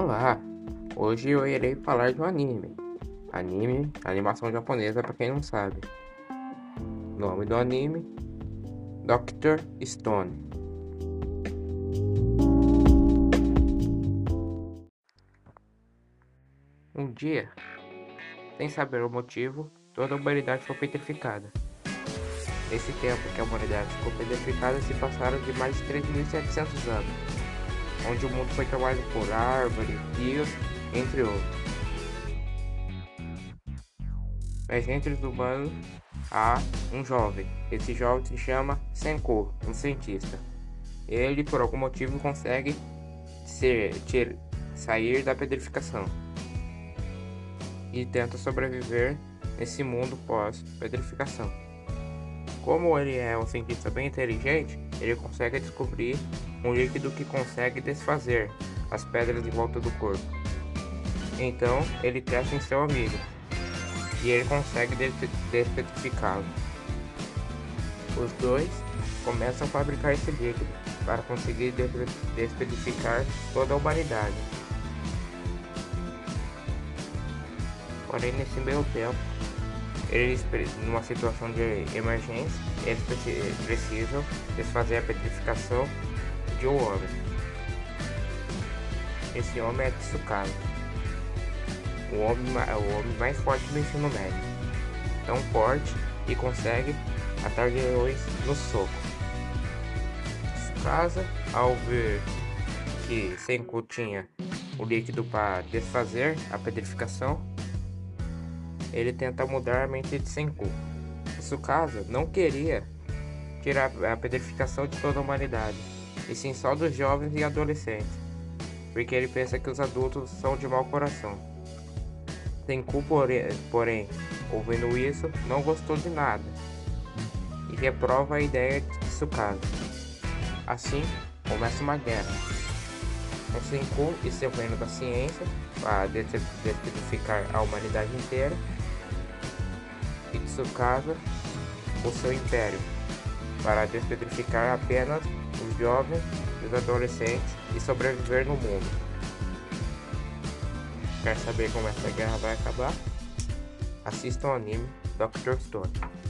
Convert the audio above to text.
Olá! Hoje eu irei falar de um anime. Anime, animação japonesa para quem não sabe. Nome do anime: Dr. Stone. Um dia, sem saber o motivo, toda a humanidade foi petrificada. Nesse tempo que a humanidade ficou petrificada, se passaram de mais de 3.700 anos, onde o mundo foi tomado por árvores, rios, entre outros. Mas entre os humanos há um jovem. Esse jovem se chama Senku, um cientista. Ele, por algum motivo, consegue sair da petrificação e tenta sobreviver nesse mundo pós-petrificação. Como ele é um cientista bem inteligente, ele consegue descobrir um líquido que consegue desfazer as pedras em volta do corpo. Então, ele testa em seu amigo e ele consegue despetrificá-lo. Os dois começam a fabricar esse líquido para conseguir despetrificar toda a humanidade. Porém, nesse meio tempo, eles, numa situação de emergência, eles precisam desfazer a petrificação de um homem. Esse homem é Tsukasa, o homem mais forte do ensino médio. Tão forte que consegue matar leões no soco. Tsukasa, ao ver que Senku tinha o líquido para desfazer a petrificação, ele tenta mudar a mente de Senku. Tsukasa não queria tirar a petrificação de toda a humanidade, e sim só dos jovens e adolescentes, porque ele pensa que os adultos são de mau coração. Senku, porém, ouvindo isso, não gostou de nada e reprova a ideia de Tsukasa. Assim, começa uma guerra com Senku e seu reino da ciência para despetrificar a humanidade inteira, e Tsukasa o seu império para despetrificar apenas os jovens e os adolescentes e sobreviver no mundo. Quer saber como essa guerra vai acabar? Assista ao anime Dr. Stone.